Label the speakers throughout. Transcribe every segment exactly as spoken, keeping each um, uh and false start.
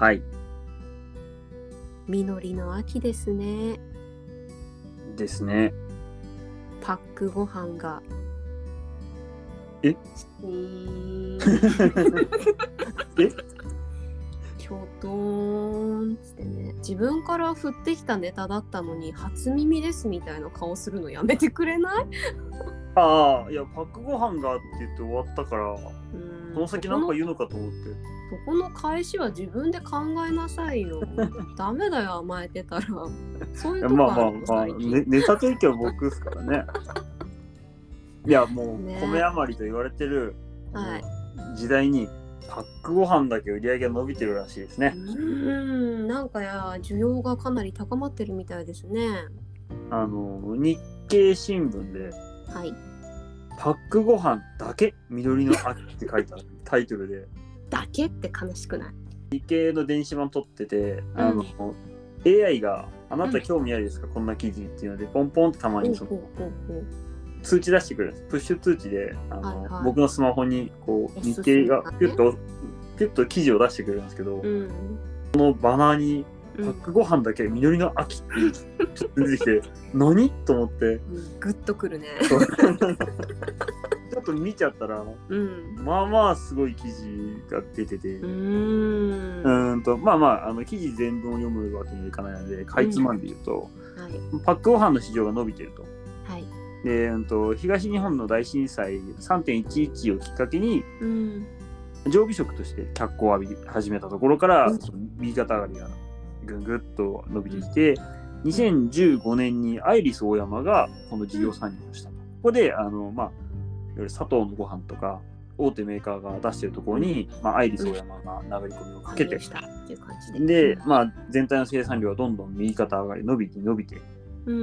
Speaker 1: はい。
Speaker 2: 実りの秋ですね。
Speaker 1: ですね。
Speaker 2: パックご飯が。
Speaker 1: え
Speaker 2: えー、
Speaker 1: え
Speaker 2: きょとーんつってね、自分から振ってきたネタだったのに初耳ですみたいな顔するのやめてくれない？
Speaker 1: ああ、いや、パックご飯がって言って終わったから、
Speaker 2: うん、
Speaker 1: この先なんか言うのかと思って。
Speaker 2: そこの返しは自分で考えなさいよ。ダメだよ、甘えてたら。そういうとこあるの、
Speaker 1: まあまあまあ、
Speaker 2: 最近。
Speaker 1: ね、ネタ提供は僕ですからね。いや、もう、
Speaker 2: ね、
Speaker 1: 米余りと言われてる
Speaker 2: はい
Speaker 1: 時代に、パックご飯だけ売り上げが伸びてるらしいですね。
Speaker 2: うーん、なんかや需要がかなり高まってるみたいですね。
Speaker 1: あの、日経新聞で、
Speaker 2: はい。
Speaker 1: パックご飯だけ緑の秋って書いたタイトルで、
Speaker 2: だけって悲しくない？
Speaker 1: 日経の電子版撮ってて、
Speaker 2: うん、
Speaker 1: あの、エーアイ があなた興味ありですか、うん、こんな記事っていうのでポンポンってたまにその通知出してくれるんです。プッシュ通知であの、はいはい、僕のスマホにこう日経がピュッと、ピュッと記事を出してくれるんですけど、うん、このバナーにパックご飯だけ実りの秋ってちょっと出てきて、うん、何と思って、
Speaker 2: うん、グッとくるね。
Speaker 1: ちょっと見ちゃったら、うん、まあまあすごい記事が出てて、うーんうんとまあまああの記事全文を読むわけにはいかないので、かいつまんで言うと、うんはい、パックご飯の市場が伸びてると。はい、で、うんと東日本の大震災 さんてんいちいち をきっかけに、うん、常備食として脚光を浴び始めたところから、うん、その右肩上がりがぐんぐっと伸びてきて、うん、にせんじゅうごねんにアイリスオーヤマがこの事業参入をしたと。ここであのまあ砂糖のご飯とか大手メーカーが出しているところに、うんまあ、アイリスオーヤマが流れ込みをかけて、うん、で、まあ、全体の生産量はどんどん右肩上がり伸びて伸びて、うん、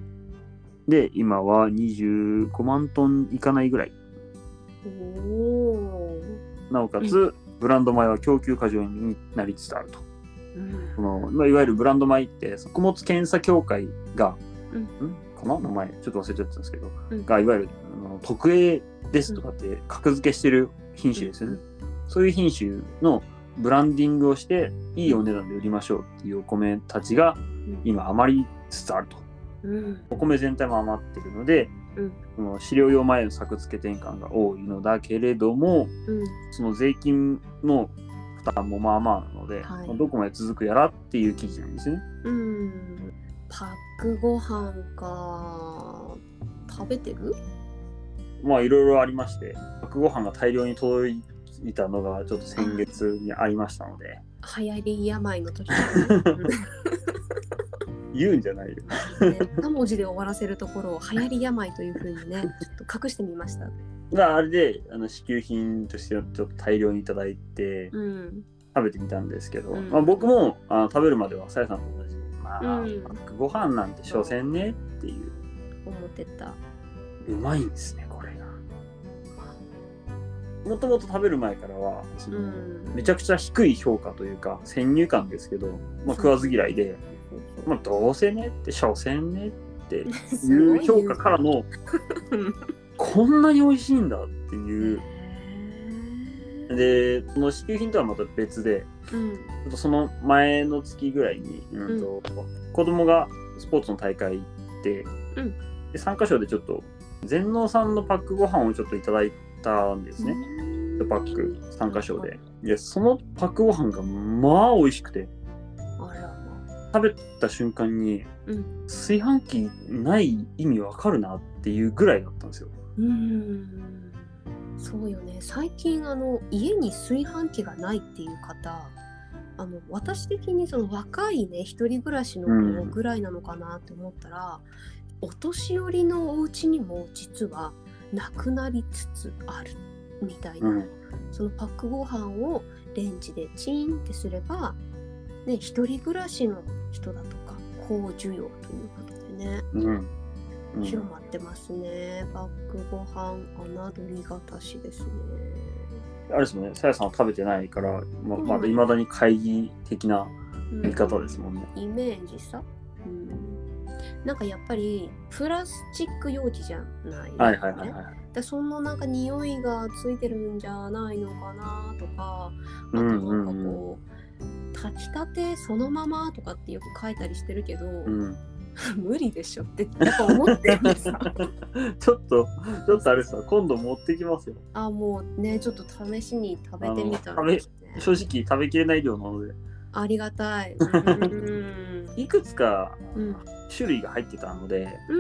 Speaker 1: で今はにじゅうごまんトンいかないぐらい。おなおかつ、うん、ブランド米は供給過剰になりつつあると、うん、このまあ、いわゆるブランド米って穀物検査協会が、うん、んかな名前ちょっと忘れちゃったんですけど、うん、がいわゆるあの特 A ですとかって格付けしてる品種ですよね、うん、そういう品種のブランディングをしていいお値段で売りましょうっていうお米たちが今余りつつあると、うん、お米全体も余ってるので、うん、この飼料用米の作付け転換が多いのだけれども、うん、その税金の負担もまあまあなので、はい、どこまで続くやらっていう記事なんですね、うん、
Speaker 2: パックご飯か食べてる？
Speaker 1: まあいろいろありまして、パックご飯が大量に届いたのがちょっと先月にありましたので、
Speaker 2: 流行り病の時だね
Speaker 1: 言うんじゃないよ
Speaker 2: ね、さん文字で終わらせるところを流行り病というふうにねちょっと隠してみました。
Speaker 1: があれであの支給品としてちょっと大量にいただいて、うん、食べてみたんですけど、うんまあ、僕もあ食べるまではさやさんと同じ、まあ、うん、パックご飯なんて所詮ねっていう
Speaker 2: 思ってた。
Speaker 1: うまいんですねこれが。もともと食べる前からはその、うん、めちゃくちゃ低い評価というか先入観ですけど、まあ、食わず嫌いで、まあ、どうせねって所詮ねっていう評価からのこんなに美味しいんだっていうで、この支給品とはまた別で、うん、ちょっとその前の月ぐらいに、うんとうん、子供がスポーツの大会行って、うん、で参加賞でちょっと全農産のパックご飯をちょっといただいたんですね。パック参加賞で。で、そのパックご飯がまあ美味しくて、あら食べた瞬間に、うん、炊飯器ない意味わかるなっていうぐらいだったんですよ。うーん
Speaker 2: そうよね。最近あの家に炊飯器がないっていう方、あの私的にその若いね一人暮らしの子ぐらいなのかなって思ったら、うん、お年寄りのお家にも実はなくなりつつあるみたいな、うん、そのパックご飯をレンジでチンってすれば、ね、一人暮らしの人だとか高需要ということでね、うんうん、広まってますね。パックご飯侮りがたしですね。
Speaker 1: あれですもんね、さやさんは食べてないから、ままだ未だに懐疑的な見方ですもんね、
Speaker 2: うん、イメージさ、うん、なんかやっぱりプラスチック容器じゃない、ね、はいはいはいはい。でそのなんか匂いがついてるんじゃないのかなとか、あとなんかこう、うんうんうん、 炊きたてそのままとかってよく書いたりしてるけど、
Speaker 1: うん、
Speaker 2: 無理でしょってやっぱ思ってるんです
Speaker 1: ちょっとちょっとあれさ、今度持ってきますよ。
Speaker 2: あ、もうね、ちょっと試しに食べてみたら、
Speaker 1: ね、正直食べきれない量なので
Speaker 2: ありがたい。うん
Speaker 1: いくつか種類が入ってたので、
Speaker 2: うん、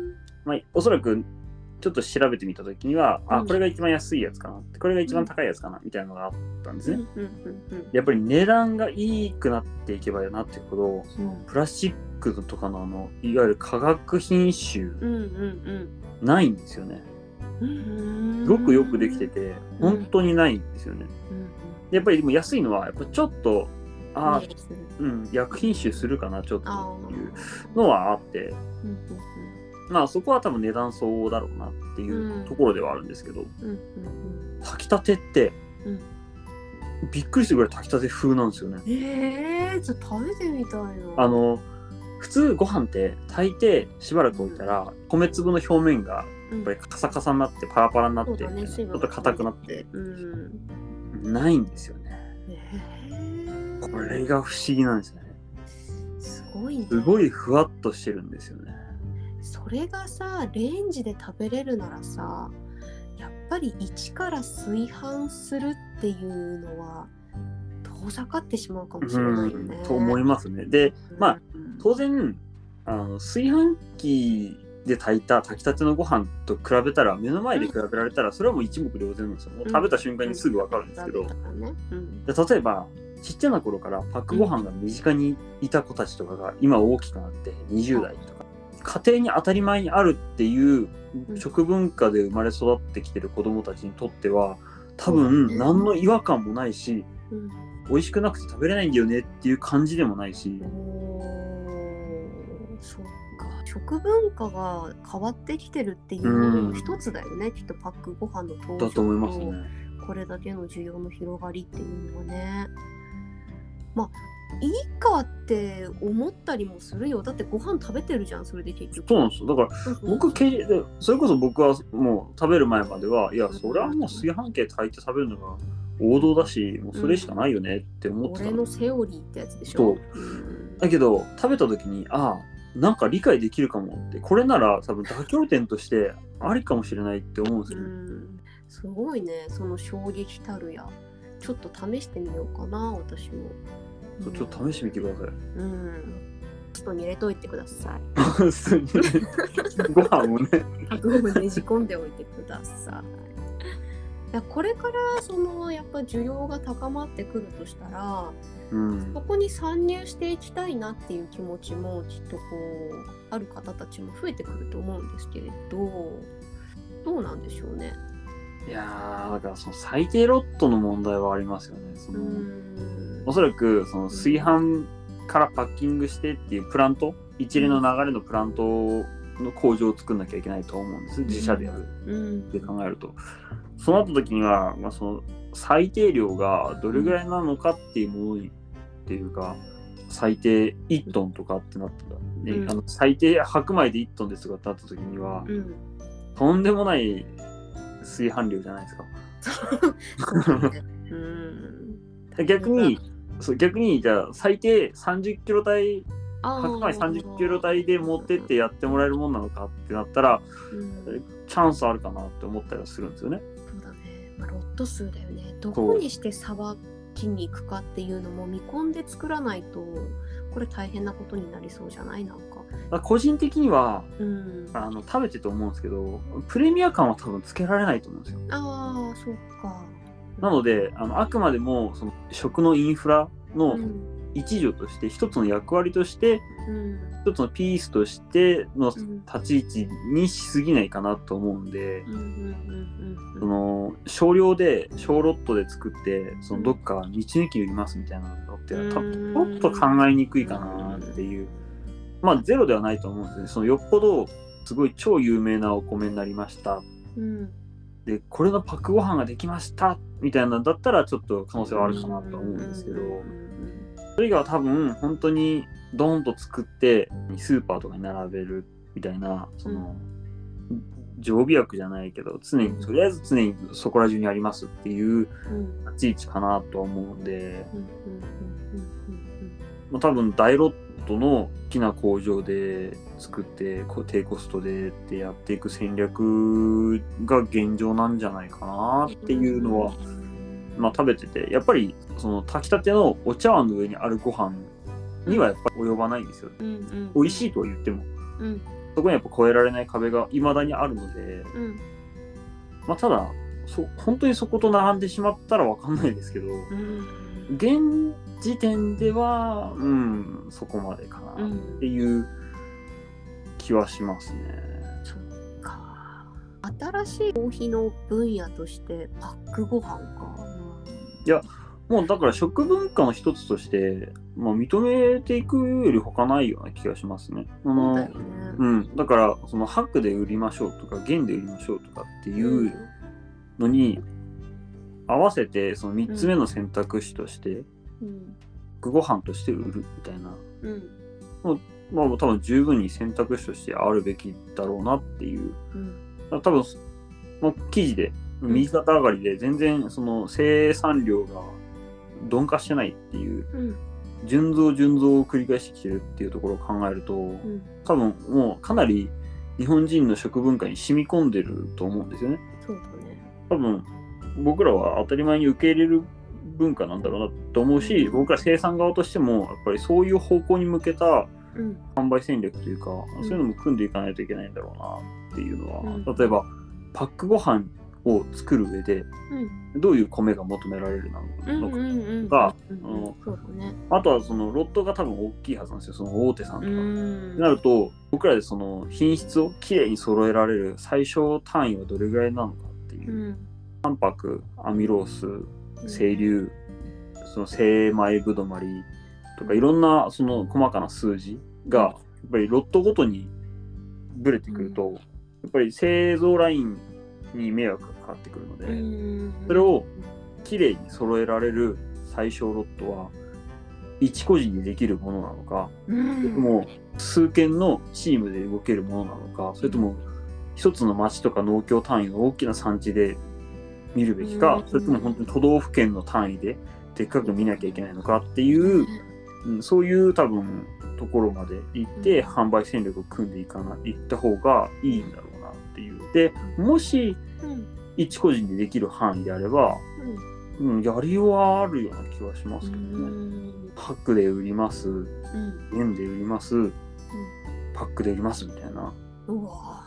Speaker 1: まあ、おそらくちょっと調べてみたときには、うん、あ、これが一番安いやつかなって、これが一番高いやつかな、うん、みたいなのがあったんですね、うんうんうんうん、やっぱり値段がいいくなっていけばなっていくほど、うん、プラスチックとかのあのいわゆる化学品種、うんうんうん、ないんですよね、うん、すごくよくできてて本当にないんですよね、うんうん、やっぱりでも安いのはやっぱちょっとあ、うん、薬品種するかなちょっとっていうのはあって、うんうんうん、まあそこは多分値段相応だろうなっていうところではあるんですけど、うんうんうん、炊きたてって、うん、びっくりするぐらい炊きたて風なんですよね。
Speaker 2: えー、ちょっと食べてみたいな。
Speaker 1: あの普通ご飯って炊いてしばらく置いたら、うん、米粒の表面がやっぱりカサカサになってパラパラになって、ね、ちょっと硬くなって、うん、ないんですよね。これが不思議なんですよね。
Speaker 2: すごいね。
Speaker 1: すごいふわっとしてるんですよね。
Speaker 2: それがさ、レンジで食べれるならさ、やっぱり一から炊飯するっていうのは遠ざかってしまうかもしれないよね。
Speaker 1: と思いますね。で、まあ、うん、当然あの炊飯器で炊いた炊きたてのご飯と比べたら、目の前で比べられたらそれはもう一目瞭然なんですよ。もう食べた瞬間にすぐ分かるんですけど、うんうん、で例えばちっちゃな頃からパックご飯が身近にいた子たちとかが今大きくなってにじゅう代とか、家庭に当たり前にあるっていう食文化で生まれ育ってきてる子どもたちにとっては多分何の違和感もないし、うん、美味しくなくて食べれないんだよねっていう感じでもないし。
Speaker 2: そっか、食文化が変わってきてるっていうのの一つだよね、うん、きっとパックご飯の登場と、だと思いますね。これだけの需要の広がりっていうのはね。まあいいかって思ったりもするよ。だってご飯食べてるじゃん、それで結局。
Speaker 1: そうなんですよ。だから僕けそれこそ僕はもう食べる前まではいや、それはもう炊飯器で炊いて食べるのが王道だし、もうそれしかないよねって思ってた、
Speaker 2: うん、俺のセオリーってやつでしょ。そう、
Speaker 1: うん、だけど食べた時にああなんか理解できるかもって、これなら多分妥協点としてありかもしれないって思うんですよね、うん、
Speaker 2: すごいね、その衝撃たるや。ちょっと試してみようかな、私も。
Speaker 1: ちょっと試してみてください。
Speaker 2: うん。ちょっとに入れといてください。
Speaker 1: ご飯をね。
Speaker 2: ご飯ねじ込んでおいてください。これからそのやっぱ需要が高まってくるとしたら、うん、そこに参入していきたいなっていう気持ちもきっとこうある方たちも増えてくると思うんですけれど、どうなんでしょうね。
Speaker 1: いやー、だからその最低ロットの問題はありますよね。そのおそらくその炊飯からパッキングしてっていうプラント、一連の流れのプラントの工場を作んなきゃいけないと思うんです。自社でやるって考えると、そうなった時には、まあ、その最低量がどれぐらいなのかっていうものにっていうか、最低いちトンとかってなったら、ね、うん、あの最低白米でいちトンですとかってなった時には、うん、とんでもない炊飯量じゃないですか。うん、逆にそう逆にじゃあ最低さんじゅっキロ台白米さんじゅっキロ台で持ってってやってもらえるもんなのかってなったら、うん、チャンスあるかなって思ったりはするんですよね。
Speaker 2: そうだね、まあ、ロット数だよね。どこにしてさばきに行くかっていうのも見込んで作らないとこれ大変なことになりそうじゃない？なんか
Speaker 1: 個人的には、うん、あの食べてて思うんですけど、プレミア感は多分つけられないと思うんですよ。
Speaker 2: ああ、そっか。
Speaker 1: なのであのあくまでもその食のインフラの一助として、うん、一つの役割として、うん、一つのピースとしての立ち位置にしすぎないかなと思うんで、その少量で小ロットで作ってそのどっか道の駅に売りますみたいなのって多分ちょっと考えにくいかなっていう、まあゼロではないと思うんですね。そのよっぽどすごい超有名なお米になりました、うん、でこれのパックご飯ができましたみたいなんだったらちょっと可能性はあるかなと思うんですけど、それ以外は多分本当にドーンと作ってスーパーとかに並べるみたいな、その、うん、常備薬じゃないけど常にとりあえず常にそこら中にありますっていう立ち位置かなと思うんで、 まあ、多分大ロットの大きな工場で作って低コストでってやっていく戦略が現状なんじゃないかなっていうのは、まあ、食べててやっぱりその炊きたてのお茶碗の上にあるご飯にはやっぱり及ばないんですよ、うんうん、美味しいとは言っても、うん、そこにやっぱ越えられない壁が未だにあるので、うん、まあただそ本当にそこと並んでしまったら分かんないですけど、うん、現時点では、うん、そこまでかなっていう気はしますね。
Speaker 2: うん、そっか。新しい消費の分野としてパックご飯か。
Speaker 1: いやもうだから食文化の一つとして、まあ、認めていくより他ないような気がしますね。あの、そうだよね。うん、だからそのハックで売りましょうとか原で売りましょうとかっていうのに合わせてそのみっつめの選択肢として、うん、ご飯として売るみたいな、うん、もうまあ多分十分に選択肢としてあるべきだろうなっていう、うん、多分もう記事で右肩上がりで全然その生産量が鈍化してないっていう、うん、純増純増を繰り返してきてるっていうところを考えると、うん、多分もうかなり日本人の食文化に染み込んでると思うんですよね。
Speaker 2: そうだね。
Speaker 1: 多分僕らは当たり前に受け入れる文化なんだろうなと思うし、うん、僕ら生産側としてもやっぱりそういう方向に向けた販売戦略というか、うん、そういうのも組んでいかないといけないんだろうなっていうのは、うん、例えばパックご飯を作る上で、うん、どういう米が求められるのかとか、あとはそのロットが多分大きいはずなんですよ、その大手さんとか。ってなると僕らでその品質をきれいに揃えられる最小単位はどれぐらいなのかっていう、うん、タンパク、アミロース、整粒、その精米ぶどまりとかいろんなその細かな数字がやっぱりロットごとにブレてくると、やっぱり製造ラインに迷惑がかかってくるので、それをきれいに揃えられる最小ロットは一個人にできるものなのか、それとも数件のチームで動けるものなのか、それとも一つの町とか農協単位の大きな産地で見るべきか、それとも本当に都道府県の単位ででっかく見なきゃいけないのかっていう、うん、そういう多分ところまで行って販売戦略を組んでいかないった方がいいんだろうなっていう。でもし一個人でできる範囲であれば、うん、やりようはあるような気はしますけどね。パックで売ります、円で売ります、パックで売りますみたいな。
Speaker 2: うわ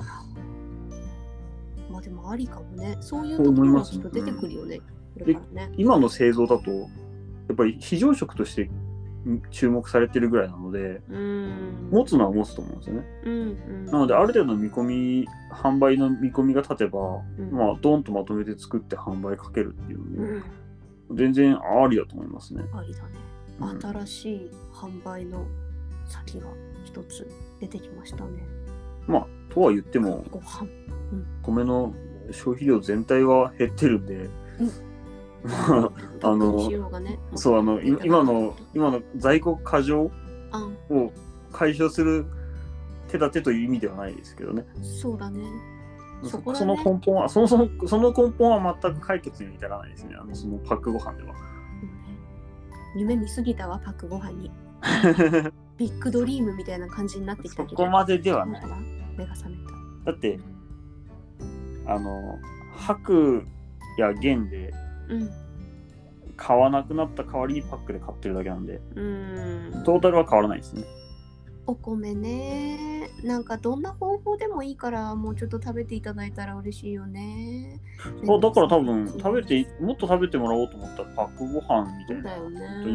Speaker 2: まあでもありかもね。そういうところがきっと出てくるよね。これからね。
Speaker 1: 今の製造だとやっぱり非常食として注目されてるぐらいなので、うん持つのは持つと思うんですよね。うんうん、なのである程度の見込み販売の見込みが立てば、うん、まあドンとまとめて作って販売かけるっていうのも、うん、全然ありだと思いますね。
Speaker 2: ありだね。うん、新しい販売の先が一つ出てきましたね。
Speaker 1: まあとは言ってもご飯、うん、米の消費量全体は減ってるんで、うんまあ、あの、ね、そうあの今の今の在庫過剰を解消する手立てという意味ではないですけどね。
Speaker 2: そうだね。
Speaker 1: そ, そ, その根本はそもそもその根本は全く解決に至らないですね。あのそのパックご飯では。
Speaker 2: 夢見すぎたわパックご飯に。ビッグドリームみたいな感じになってきたけど。
Speaker 1: そこまでではない。
Speaker 2: 目が覚め
Speaker 1: た。だってあの白や原で。うん、買わなくなった代わりにパックで買ってるだけなんで、うんトータルは変わらないですね。
Speaker 2: お米ね、なんかどんな方法でもいいからもうちょっと食べていただいたら嬉しいよね。
Speaker 1: あだから多分食べてもっと食べてもらおうと思ったらパックご飯みたいな、
Speaker 2: だよね、
Speaker 1: うん、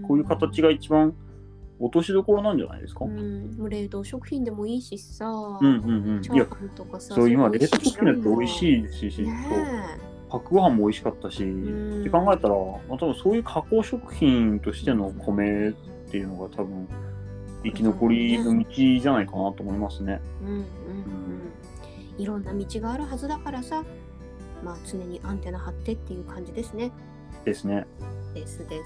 Speaker 1: こういう形が一番落としどころなんじゃないですか。う
Speaker 2: ん、もう冷凍食品でもいいしさ、
Speaker 1: うんうんうん、チャーハンとかさ、そう今冷凍食品って美味しいですし、ねパックご飯も美味しかったし、って考えたら、まあ、多分そういう加工食品としての米っていうのが多分生き残りの道じゃないかなと思いますね。うんうんうん。
Speaker 2: いろんな道があるはずだからさ、まあ常にアンテナ張ってっていう感じですね。
Speaker 1: ですね。
Speaker 2: ですです。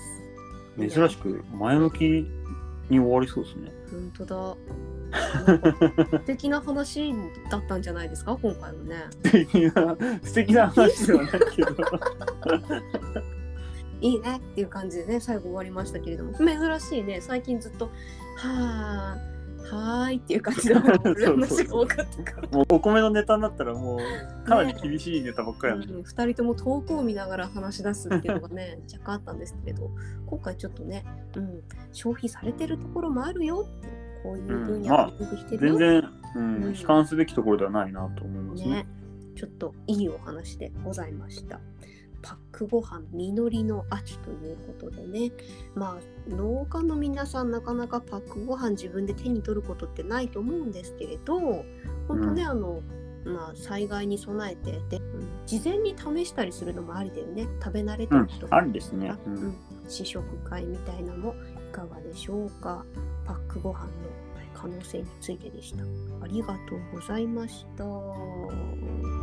Speaker 1: 珍しく前向きに終わりそうですね。
Speaker 2: 本当だ。素敵な話だったんじゃないですか今回はね。
Speaker 1: 素敵な素敵な話ではないけど
Speaker 2: いいねっていう感じでね最後終わりましたけれども、珍しいね。最近ずっとはーはーいっていう感じで話が多かったから
Speaker 1: もうお米のネタになったらもうかなり厳しいネタばっかりやね、
Speaker 2: ねうん、ふたりとも遠くを見ながら話し出すっていうのがね若干あったんですけれど、今回ちょっとね、うん、消費されてるところもあるよって、こういう分野が出てきてるよ、
Speaker 1: うんまあ、全然、うんうん、悲観すべきところではないなと思いますね。ね、
Speaker 2: ちょっといいお話でございました。パックご飯実りの秋ということでね、まあ農家の皆さんなかなかパックご飯自分で手に取ることってないと思うんですけれど、本当ね、うん、あのまあ災害に備えてで、うん、事前に試したりするのもありだよね。食べ慣れてる人、
Speaker 1: うん、ありですね、
Speaker 2: うんうん、試食会みたいなのもいかがでしょうか。パックご飯の可能性についてでした。ありがとうございました。